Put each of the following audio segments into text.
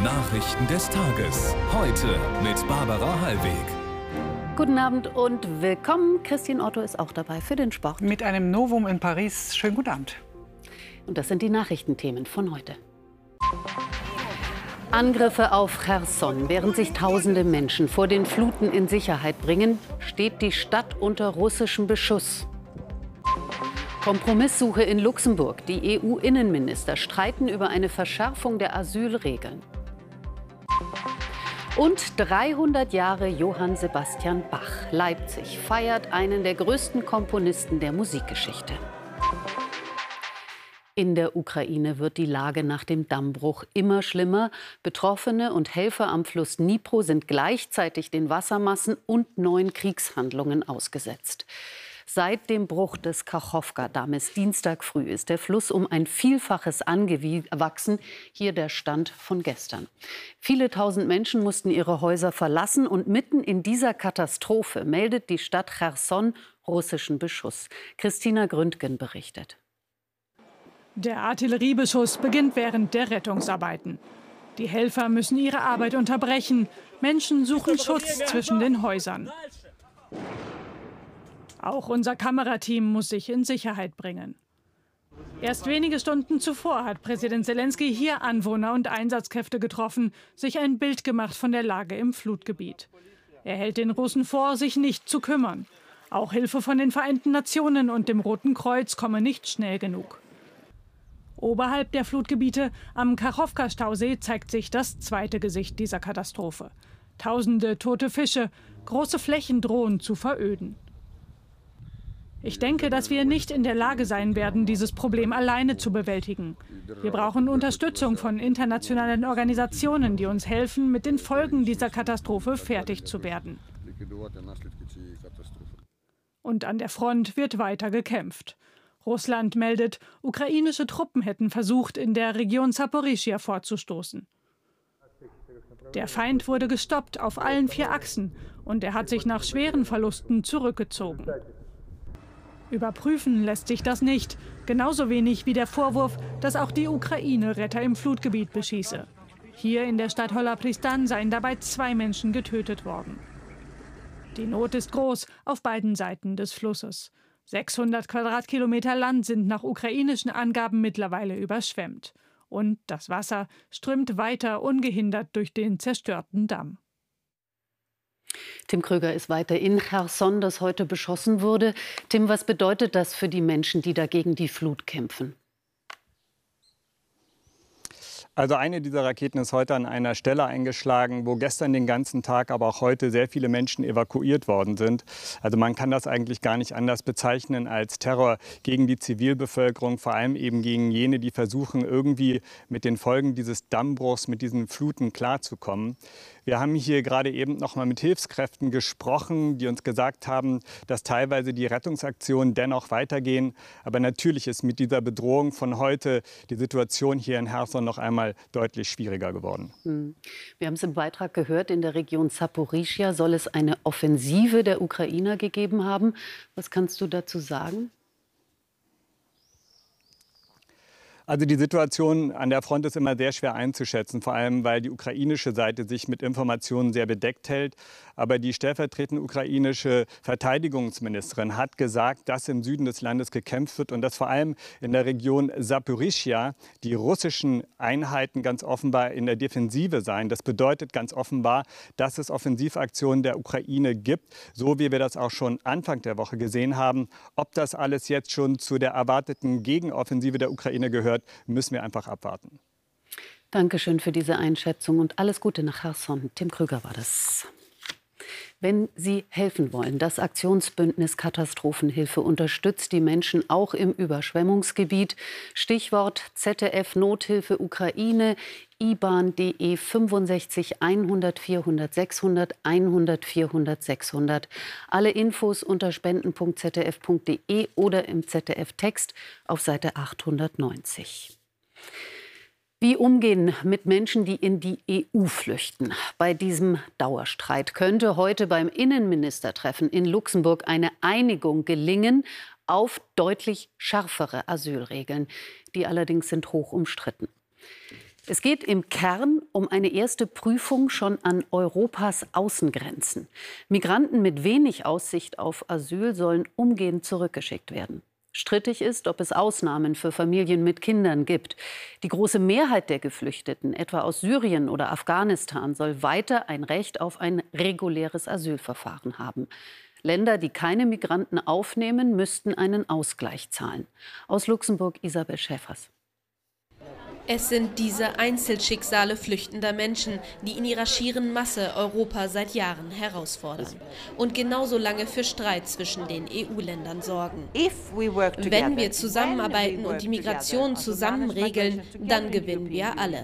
Nachrichten des Tages. Heute mit Barbara Hallweg. Guten Abend und willkommen. Christine Otto ist auch dabei für den Sport. Mit einem Novum in Paris. Schönen guten Abend. Und das sind die Nachrichtenthemen von heute. Angriffe auf Cherson. Während sich tausende Menschen vor den Fluten in Sicherheit bringen, steht die Stadt unter russischem Beschuss. Kompromisssuche in Luxemburg. Die EU-Innenminister streiten über eine Verschärfung der Asylregeln. Und 300 Jahre Johann Sebastian Bach. Leipzig feiert einen der größten Komponisten der Musikgeschichte. In der Ukraine wird die Lage nach dem Dammbruch immer schlimmer. Betroffene und Helfer am Fluss Dnipro sind gleichzeitig den Wassermassen und neuen Kriegshandlungen ausgesetzt. Seit dem Bruch des Kachowka-Dammes Dienstag früh ist der Fluss um ein Vielfaches angewachsen. Hier der Stand von gestern. Viele tausend Menschen mussten ihre Häuser verlassen. Und mitten in dieser Katastrophe meldet die Stadt Cherson russischen Beschuss. Christina Gründgen berichtet. Der Artilleriebeschuss beginnt während der Rettungsarbeiten. Die Helfer müssen ihre Arbeit unterbrechen. Menschen suchen Schutz zwischen den Häusern. Auch unser Kamerateam muss sich in Sicherheit bringen. Erst wenige Stunden zuvor hat Präsident Selenskyj hier Anwohner und Einsatzkräfte getroffen, sich ein Bild gemacht von der Lage im Flutgebiet. Er hält den Russen vor, sich nicht zu kümmern. Auch Hilfe von den Vereinten Nationen und dem Roten Kreuz komme nicht schnell genug. Oberhalb der Flutgebiete am Kachowka-Stausee zeigt sich das zweite Gesicht dieser Katastrophe. Tausende tote Fische, große Flächen drohen zu veröden. Ich denke, dass wir nicht in der Lage sein werden, dieses Problem alleine zu bewältigen. Wir brauchen Unterstützung von internationalen Organisationen, die uns helfen, mit den Folgen dieser Katastrophe fertig zu werden. Und an der Front wird weiter gekämpft. Russland meldet, ukrainische Truppen hätten versucht, in der Region Saporischschja vorzustoßen. Der Feind wurde gestoppt auf allen 4 Achsen und er hat sich nach schweren Verlusten zurückgezogen. Überprüfen lässt sich das nicht, genauso wenig wie der Vorwurf, dass auch die Ukraine Retter im Flutgebiet beschieße. Hier in der Stadt Hola-Pristan seien dabei 2 Menschen getötet worden. Die Not ist groß auf beiden Seiten des Flusses. 600 Quadratkilometer Land sind nach ukrainischen Angaben mittlerweile überschwemmt. Und das Wasser strömt weiter ungehindert durch den zerstörten Damm. Tim Kröger ist weiter in Cherson, das heute beschossen wurde. Tim, was bedeutet das für die Menschen, die dagegen die Flut kämpfen? Also eine dieser Raketen ist heute an einer Stelle eingeschlagen, wo gestern den ganzen Tag, aber auch heute sehr viele Menschen evakuiert worden sind. Also man kann das eigentlich gar nicht anders bezeichnen als Terror gegen die Zivilbevölkerung, vor allem eben gegen jene, die versuchen, irgendwie mit den Folgen dieses Dammbruchs, mit diesen Fluten klarzukommen. Wir haben hier gerade eben noch mal mit Hilfskräften gesprochen, die uns gesagt haben, dass teilweise die Rettungsaktionen dennoch weitergehen. Aber natürlich ist mit dieser Bedrohung von heute die Situation hier in Cherson noch einmal deutlich schwieriger geworden. Wir haben es im Beitrag gehört, in der Region Saporischschja soll es eine Offensive der Ukrainer gegeben haben. Was kannst du dazu sagen? Also die Situation an der Front ist immer sehr schwer einzuschätzen, vor allem weil die ukrainische Seite sich mit Informationen sehr bedeckt hält. Aber die stellvertretende ukrainische Verteidigungsministerin hat gesagt, dass im Süden des Landes gekämpft wird und dass vor allem in der Region Saporischschja die russischen Einheiten ganz offenbar in der Defensive seien. Das bedeutet ganz offenbar, dass es Offensivaktionen der Ukraine gibt, so wie wir das auch schon Anfang der Woche gesehen haben. Ob das alles jetzt schon zu der erwarteten Gegenoffensive der Ukraine gehört, müssen wir einfach abwarten. Dankeschön für diese Einschätzung und alles Gute nach Cherson. Tim Kröger war das. Wenn Sie helfen wollen, das Aktionsbündnis Katastrophenhilfe unterstützt die Menschen auch im Überschwemmungsgebiet. Stichwort ZDF Nothilfe Ukraine, IBAN.de 65 100 400 600 100 400 600. Alle Infos unter spenden.zdf.de oder im ZDF-Text auf Seite 890. Wie umgehen mit Menschen, die in die EU flüchten? Bei diesem Dauerstreit könnte heute beim Innenministertreffen in Luxemburg eine Einigung gelingen auf deutlich schärfere Asylregeln. Die allerdings sind hoch umstritten. Es geht im Kern um eine erste Prüfung schon an Europas Außengrenzen. Migranten mit wenig Aussicht auf Asyl sollen umgehend zurückgeschickt werden. Strittig ist, ob es Ausnahmen für Familien mit Kindern gibt. Die große Mehrheit der Geflüchteten, etwa aus Syrien oder Afghanistan, soll weiter ein Recht auf ein reguläres Asylverfahren haben. Länder, die keine Migranten aufnehmen, müssten einen Ausgleich zahlen. Aus Luxemburg Isabel Schäfers. Es sind diese Einzelschicksale flüchtender Menschen, die in ihrer schieren Masse Europa seit Jahren herausfordern und genauso lange für Streit zwischen den EU-Ländern sorgen. Wenn wir zusammenarbeiten und die Migration zusammen regeln, dann gewinnen wir alle.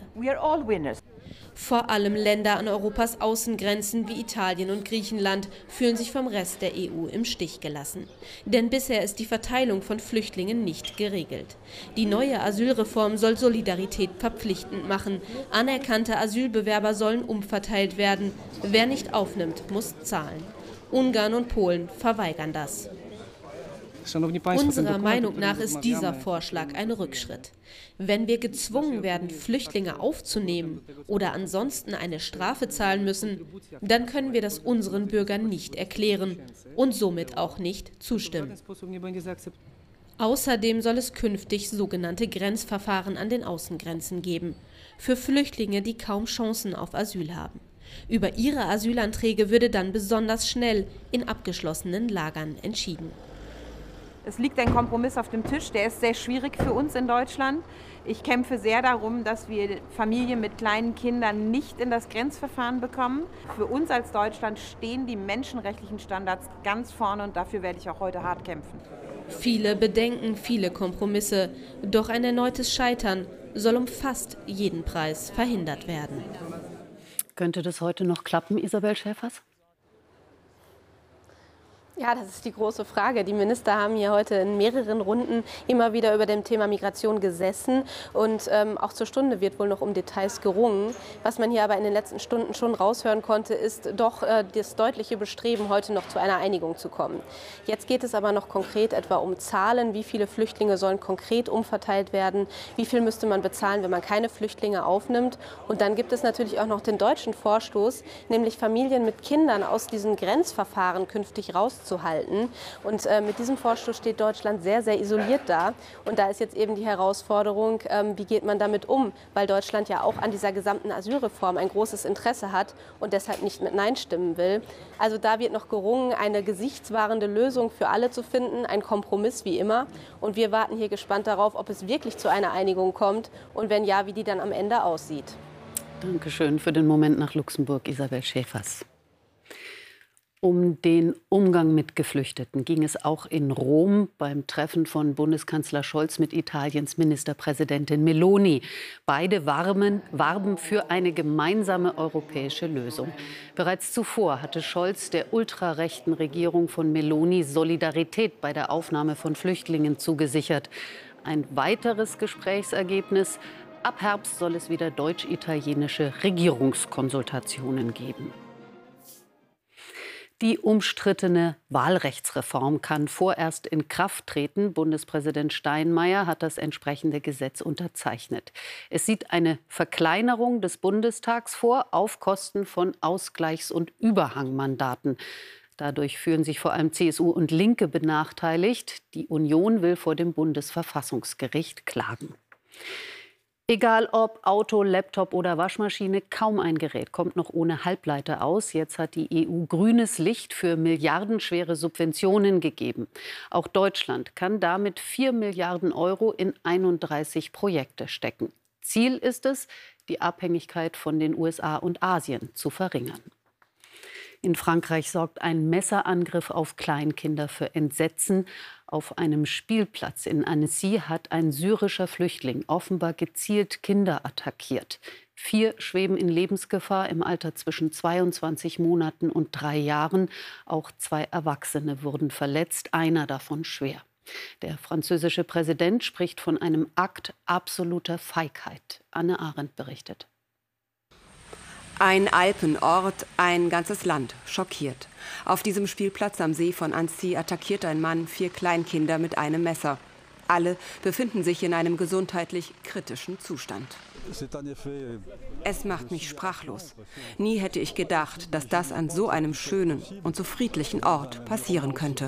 Vor allem Länder an Europas Außengrenzen wie Italien und Griechenland fühlen sich vom Rest der EU im Stich gelassen. Denn bisher ist die Verteilung von Flüchtlingen nicht geregelt. Die neue Asylreform soll Solidarität verpflichtend machen. Anerkannte Asylbewerber sollen umverteilt werden. Wer nicht aufnimmt, muss zahlen. Ungarn und Polen verweigern das. Unserer Meinung nach ist dieser Vorschlag ein Rückschritt. Wenn wir gezwungen werden, Flüchtlinge aufzunehmen oder ansonsten eine Strafe zahlen müssen, dann können wir das unseren Bürgern nicht erklären und somit auch nicht zustimmen. Außerdem soll es künftig sogenannte Grenzverfahren an den Außengrenzen geben, für Flüchtlinge, die kaum Chancen auf Asyl haben. Über ihre Asylanträge würde dann besonders schnell in abgeschlossenen Lagern entschieden. Es liegt ein Kompromiss auf dem Tisch, der ist sehr schwierig für uns in Deutschland. Ich kämpfe sehr darum, dass wir Familien mit kleinen Kindern nicht in das Grenzverfahren bekommen. Für uns als Deutschland stehen die menschenrechtlichen Standards ganz vorne und dafür werde ich auch heute hart kämpfen. Viele Bedenken, viele Kompromisse, doch ein erneutes Scheitern soll um fast jeden Preis verhindert werden. Könnte das heute noch klappen, Isabel Schäfers? Ja, das ist die große Frage. Die Minister haben hier heute in mehreren Runden immer wieder über dem Thema Migration gesessen und auch zur Stunde wird wohl noch um Details gerungen. Was man hier aber in den letzten Stunden schon raushören konnte, ist doch das deutliche Bestreben, heute noch zu einer Einigung zu kommen. Jetzt geht es aber noch konkret etwa um Zahlen. Wie viele Flüchtlinge sollen konkret umverteilt werden? Wie viel müsste man bezahlen, wenn man keine Flüchtlinge aufnimmt? Und dann gibt es natürlich auch noch den deutschen Vorstoß, nämlich Familien mit Kindern aus diesen Grenzverfahren künftig rauszuhalten. Und mit diesem Vorstoß steht Deutschland sehr, sehr isoliert da. Und da ist jetzt eben die Herausforderung, wie geht man damit um? Weil Deutschland ja auch an dieser gesamten Asylreform ein großes Interesse hat und deshalb nicht mit Nein stimmen will. Also da wird noch gerungen, eine gesichtswahrende Lösung für alle zu finden, ein Kompromiss wie immer. Und wir warten hier gespannt darauf, ob es wirklich zu einer Einigung kommt und wenn ja, wie die dann am Ende aussieht. Dankeschön für den Moment nach Luxemburg, Isabel Schäfers. Um den Umgang mit Geflüchteten ging es auch in Rom beim Treffen von Bundeskanzler Scholz mit Italiens Ministerpräsidentin Meloni. Beide warben für eine gemeinsame europäische Lösung. Bereits zuvor hatte Scholz der ultrarechten Regierung von Meloni Solidarität bei der Aufnahme von Flüchtlingen zugesichert. Ein weiteres Gesprächsergebnis: Ab Herbst soll es wieder deutsch-italienische Regierungskonsultationen geben. Die umstrittene Wahlrechtsreform kann vorerst in Kraft treten. Bundespräsident Steinmeier hat das entsprechende Gesetz unterzeichnet. Es sieht eine Verkleinerung des Bundestags vor, auf Kosten von Ausgleichs- und Überhangmandaten. Dadurch fühlen sich vor allem CSU und Linke benachteiligt. Die Union will vor dem Bundesverfassungsgericht klagen. Egal ob Auto, Laptop oder Waschmaschine, kaum ein Gerät kommt noch ohne Halbleiter aus. Jetzt hat die EU grünes Licht für milliardenschwere Subventionen gegeben. Auch Deutschland kann damit 4 Milliarden Euro in 31 Projekte stecken. Ziel ist es, die Abhängigkeit von den USA und Asien zu verringern. In Frankreich sorgt ein Messerangriff auf Kleinkinder für Entsetzen. Auf einem Spielplatz in Annecy hat ein syrischer Flüchtling offenbar gezielt Kinder attackiert. 4 schweben in Lebensgefahr im Alter zwischen 22 Monaten und 3 Jahren. Auch 2 Erwachsene wurden verletzt, einer davon schwer. Der französische Präsident spricht von einem Akt absoluter Feigheit. Anne Arendt berichtet. Ein Alpenort, ein ganzes Land schockiert. Auf diesem Spielplatz am See von Annecy attackiert ein Mann 4 Kleinkinder mit einem Messer. Alle befinden sich in einem gesundheitlich kritischen Zustand. Es macht mich sprachlos. Nie hätte ich gedacht, dass das an so einem schönen und so friedlichen Ort passieren könnte.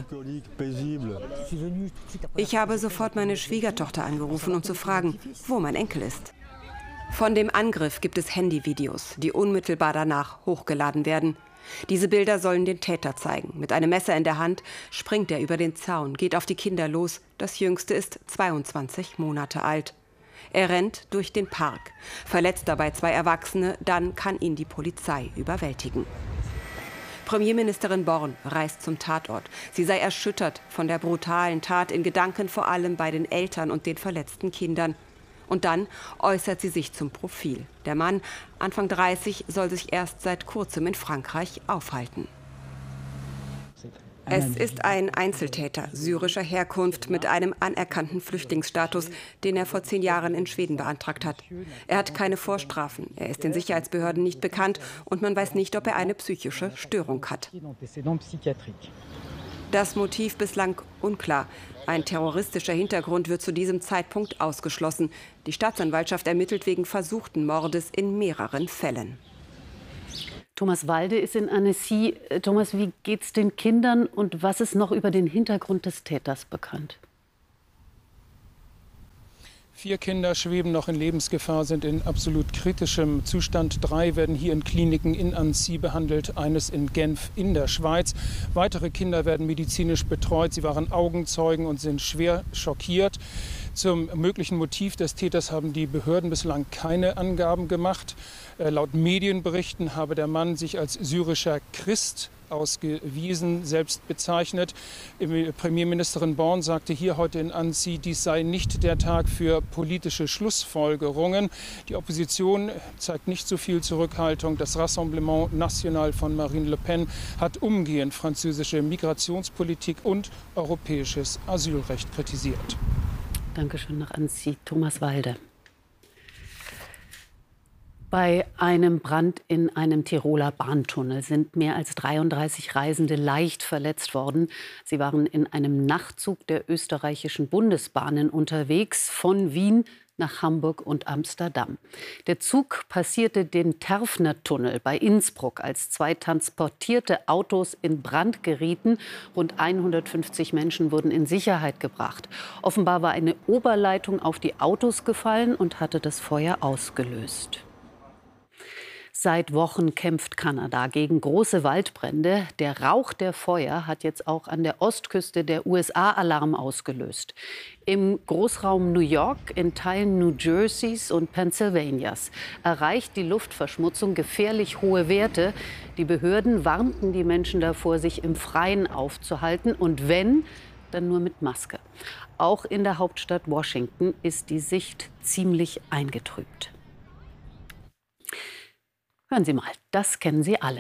Ich habe sofort meine Schwiegertochter angerufen, um zu fragen, wo mein Enkel ist. Von dem Angriff gibt es Handyvideos, die unmittelbar danach hochgeladen werden. Diese Bilder sollen den Täter zeigen. Mit einem Messer in der Hand springt er über den Zaun, geht auf die Kinder los. Das Jüngste ist 22 Monate alt. Er rennt durch den Park, verletzt dabei 2 Erwachsene, dann kann ihn die Polizei überwältigen. Premierministerin Born reist zum Tatort. Sie sei erschüttert von der brutalen Tat, in Gedanken vor allem bei den Eltern und den verletzten Kindern. Und dann äußert sie sich zum Profil. Der Mann, Anfang 30, soll sich erst seit kurzem in Frankreich aufhalten. Es ist ein Einzeltäter syrischer Herkunft mit einem anerkannten Flüchtlingsstatus, den er vor 10 Jahren in Schweden beantragt hat. Er hat keine Vorstrafen, er ist den Sicherheitsbehörden nicht bekannt und man weiß nicht, ob er eine psychische Störung hat. Das Motiv bislang unklar. Ein terroristischer Hintergrund wird zu diesem Zeitpunkt ausgeschlossen. Die Staatsanwaltschaft ermittelt wegen versuchten Mordes in mehreren Fällen. Thomas Walde ist in Annecy. Thomas, wie geht's den Kindern und was ist noch über den Hintergrund des Täters bekannt? 4 Kinder schweben noch in Lebensgefahr, sind in absolut kritischem Zustand. 3 werden hier in Kliniken in Annecy behandelt, eines in Genf in der Schweiz. Weitere Kinder werden medizinisch betreut. Sie waren Augenzeugen und sind schwer schockiert. Zum möglichen Motiv des Täters haben die Behörden bislang keine Angaben gemacht. Laut Medienberichten habe der Mann sich als syrischer Christ ausgewiesen, selbst bezeichnet. Premierministerin Born sagte hier heute in Annecy, dies sei nicht der Tag für politische Schlussfolgerungen. Die Opposition zeigt nicht so viel Zurückhaltung. Das Rassemblement National von Marine Le Pen hat umgehend französische Migrationspolitik und europäisches Asylrecht kritisiert. Dankeschön nach Annecy. Thomas Walde. Bei einem Brand in einem Tiroler Bahntunnel sind mehr als 33 Reisende leicht verletzt worden. Sie waren in einem Nachtzug der österreichischen Bundesbahnen unterwegs von Wien nach Hamburg und Amsterdam. Der Zug passierte den Terfner-Tunnel bei Innsbruck, als 2 transportierte Autos in Brand gerieten. Rund 150 Menschen wurden in Sicherheit gebracht. Offenbar war eine Oberleitung auf die Autos gefallen und hatte das Feuer ausgelöst. Seit Wochen kämpft Kanada gegen große Waldbrände. Der Rauch der Feuer hat jetzt auch an der Ostküste der USA Alarm ausgelöst. Im Großraum New York, in Teilen New Jerseys und Pennsylvanias erreicht die Luftverschmutzung gefährlich hohe Werte. Die Behörden warnten die Menschen davor, sich im Freien aufzuhalten und wenn, dann nur mit Maske. Auch in der Hauptstadt Washington ist die Sicht ziemlich eingetrübt. Hören Sie mal, das kennen Sie alle.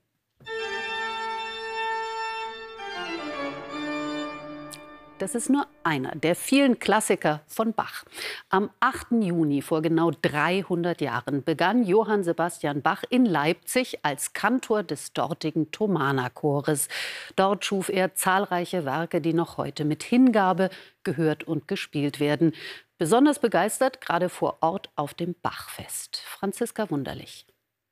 Das ist nur einer der vielen Klassiker von Bach. Am 8. Juni vor genau 300 Jahren begann Johann Sebastian Bach in Leipzig als Kantor des dortigen Thomanerchores. Dort schuf er zahlreiche Werke, die noch heute mit Hingabe gehört und gespielt werden. Besonders begeistert gerade vor Ort auf dem Bachfest. Franziska Wunderlich.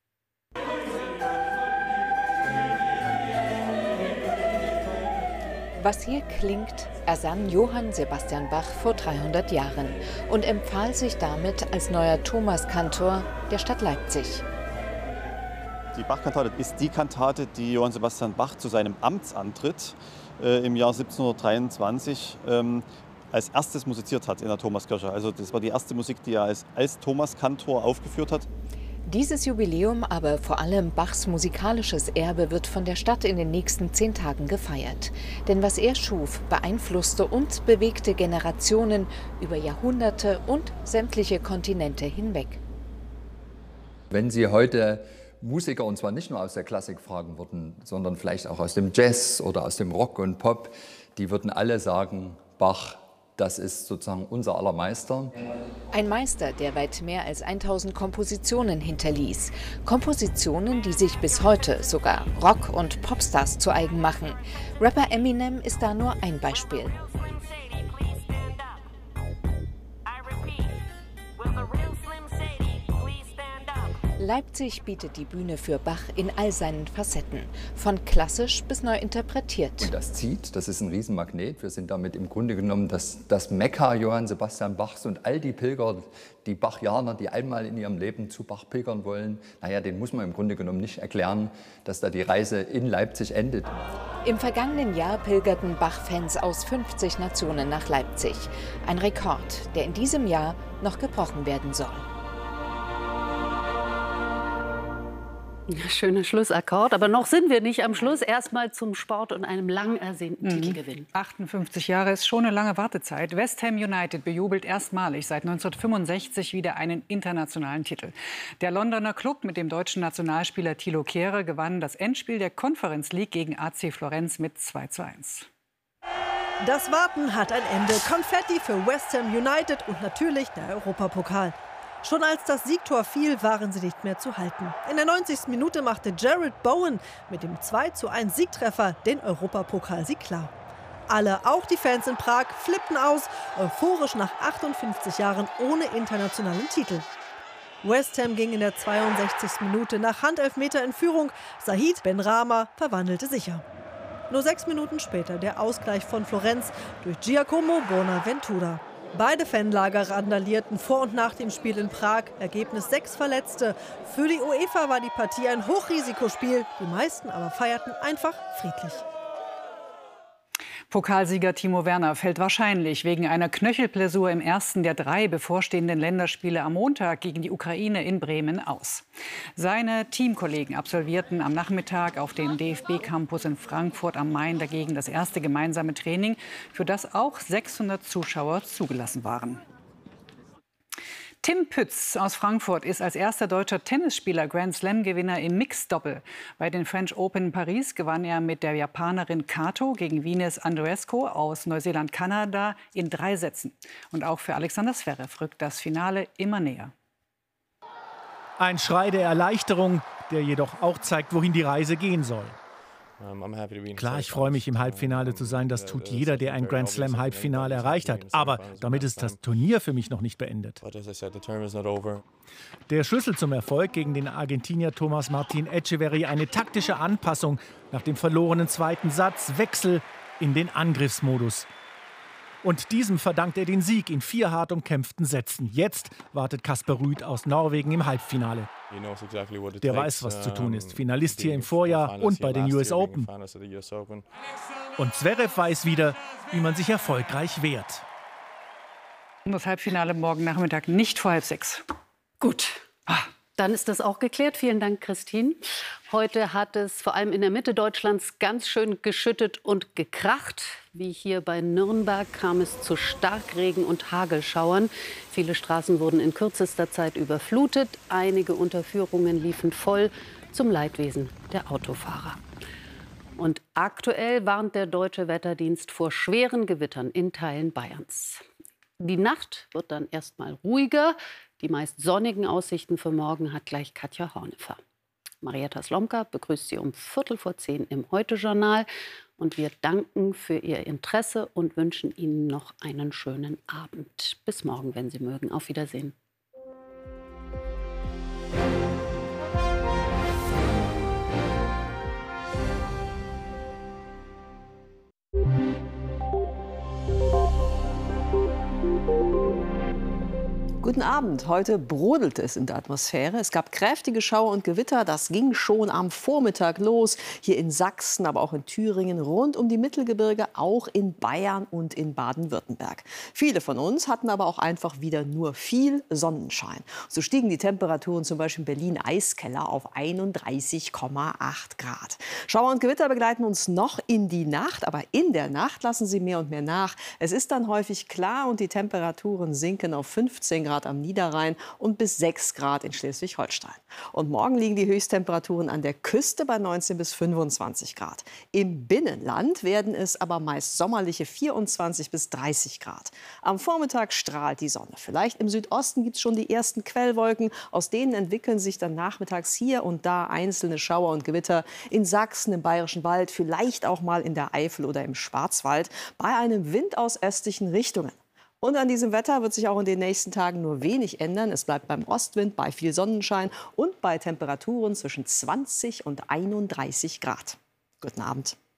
Was hier klingt, ersann Johann Sebastian Bach vor 300 Jahren und empfahl sich damit als neuer Thomaskantor der Stadt Leipzig. Die Bach-Kantate ist die Kantate, die Johann Sebastian Bach zu seinem Amtsantritt im Jahr 1723 als erstes musiziert hat in der Thomaskirche. Also das war die erste Musik, die er als Thomaskantor aufgeführt hat. Dieses Jubiläum, aber vor allem Bachs musikalisches Erbe, wird von der Stadt in den nächsten 10 Tagen gefeiert. Denn was er schuf, beeinflusste und bewegte Generationen über Jahrhunderte und sämtliche Kontinente hinweg. Wenn Sie heute Musiker, und zwar nicht nur aus der Klassik, fragen würden, sondern vielleicht auch aus dem Jazz oder aus dem Rock und Pop, die würden alle sagen, Bach, das ist sozusagen unser aller Meister. Ein Meister, der weit mehr als 1000 Kompositionen hinterließ. Kompositionen, die sich bis heute sogar Rock- und Popstars zu eigen machen. Rapper Eminem ist da nur ein Beispiel. Leipzig bietet die Bühne für Bach in all seinen Facetten, von klassisch bis neu interpretiert. Und das zieht, das ist ein Riesenmagnet. Wir sind damit im Grunde genommen das Mekka Johann Sebastian Bachs, und all die Pilger, die Bachianer, die einmal in ihrem Leben zu Bach pilgern wollen, naja, den muss man im Grunde genommen nicht erklären, dass da die Reise in Leipzig endet. Im vergangenen Jahr pilgerten Bach-Fans aus 50 Nationen nach Leipzig. Ein Rekord, der in diesem Jahr noch gebrochen werden soll. Schöner Schlussakkord, aber noch sind wir nicht am Schluss. Erstmal zum Sport und einem lang ersehnten Titelgewinn. 58 Jahre ist schon eine lange Wartezeit. West Ham United bejubelt erstmalig seit 1965 wieder einen internationalen Titel. Der Londoner Klub mit dem deutschen Nationalspieler Thilo Kehrer gewann das Endspiel der Conference League gegen AC Florenz mit 2:1. Das Warten hat ein Ende. Konfetti für West Ham United und natürlich der Europapokal. Schon als das Siegtor fiel, waren sie nicht mehr zu halten. In der 90. Minute machte Jared Bowen mit dem 2:1 Siegtreffer den Europapokalsieg klar. Alle, auch die Fans in Prag, flippten aus, euphorisch nach 58 Jahren ohne internationalen Titel. West Ham ging in der 62. Minute nach Handelfmeter in Führung. Zahid Benrahma verwandelte sicher. Nur 6 Minuten später der Ausgleich von Florenz durch Giacomo Bonaventura. Beide Fanlager randalierten vor und nach dem Spiel in Prag. Ergebnis 6 Verletzte. Für die UEFA war die Partie ein Hochrisikospiel. Die meisten aber feierten einfach friedlich. Pokalsieger Timo Werner fällt wahrscheinlich wegen einer Knöchelblessur im ersten der 3 bevorstehenden Länderspiele am Montag gegen die Ukraine in Bremen aus. Seine Teamkollegen absolvierten am Nachmittag auf dem DFB-Campus in Frankfurt am Main dagegen das erste gemeinsame Training, für das auch 600 Zuschauer zugelassen waren. Tim Pütz aus Frankfurt ist als erster deutscher Tennisspieler Grand-Slam-Gewinner im Mixed-Doppel. Bei den French Open in Paris gewann er mit der Japanerin Kato gegen Venus Andreescu aus Neuseeland-Kanada in 3 Sätzen. Und auch für Alexander Zverev rückt das Finale immer näher. Ein Schrei der Erleichterung, der jedoch auch zeigt, wohin die Reise gehen soll. Klar, ich freue mich, im Halbfinale zu sein. Das tut jeder, der ein Grand Slam Halbfinale erreicht hat. Aber damit ist das Turnier für mich noch nicht beendet. Der Schlüssel zum Erfolg gegen den Argentinier Tomás Martín Etcheverry, eine taktische Anpassung nach dem verlorenen 2. Satz, Wechsel in den Angriffsmodus. Und diesem verdankt er den Sieg in 4 hart umkämpften Sätzen. Jetzt wartet Casper Ruud aus Norwegen im Halbfinale. Der weiß, was zu tun ist. Finalist hier im Vorjahr und bei den US Open. Und Zverev weiß wieder, wie man sich erfolgreich wehrt. Das Halbfinale morgen Nachmittag nicht vor 5:30. Gut. Dann ist das auch geklärt. Vielen Dank, Christine. Heute hat es vor allem in der Mitte Deutschlands ganz schön geschüttet und gekracht. Wie hier bei Nürnberg kam es zu Starkregen und Hagelschauern. Viele Straßen wurden in kürzester Zeit überflutet. Einige Unterführungen liefen voll, zum Leidwesen der Autofahrer. Und aktuell warnt der Deutsche Wetterdienst vor schweren Gewittern in Teilen Bayerns. Die Nacht wird dann erst mal ruhiger. Die meist sonnigen Aussichten für morgen hat gleich Katja Hornefer. Marietta Slomka begrüßt Sie um 9:15 im Heute-Journal. Und wir danken für Ihr Interesse und wünschen Ihnen noch einen schönen Abend. Bis morgen, wenn Sie mögen. Auf Wiedersehen. Guten Abend. Heute brodelte es in der Atmosphäre. Es gab kräftige Schauer und Gewitter. Das ging schon am Vormittag los. Hier in Sachsen, aber auch in Thüringen, rund um die Mittelgebirge, auch in Bayern und in Baden-Württemberg. Viele von uns hatten aber auch einfach wieder nur viel Sonnenschein. So stiegen die Temperaturen zum Beispiel in Berlin-Eiskeller auf 31,8 Grad. Schauer und Gewitter begleiten uns noch in die Nacht. Aber in der Nacht lassen sie mehr und mehr nach. Es ist dann häufig klar und die Temperaturen sinken auf 15 Grad am Niederrhein und bis 6 Grad in Schleswig-Holstein. Und morgen liegen die Höchsttemperaturen an der Küste bei 19 bis 25 Grad. Im Binnenland werden es aber meist sommerliche 24 bis 30 Grad. Am Vormittag strahlt die Sonne. Vielleicht im Südosten gibt es schon die ersten Quellwolken. Aus denen entwickeln sich dann nachmittags hier und da einzelne Schauer und Gewitter. In Sachsen, im Bayerischen Wald, vielleicht auch mal in der Eifel oder im Schwarzwald bei einem Wind aus östlichen Richtungen. Und an diesem Wetter wird sich auch in den nächsten Tagen nur wenig ändern. Es bleibt beim Ostwind, bei viel Sonnenschein und bei Temperaturen zwischen 20 und 31 Grad. Guten Abend.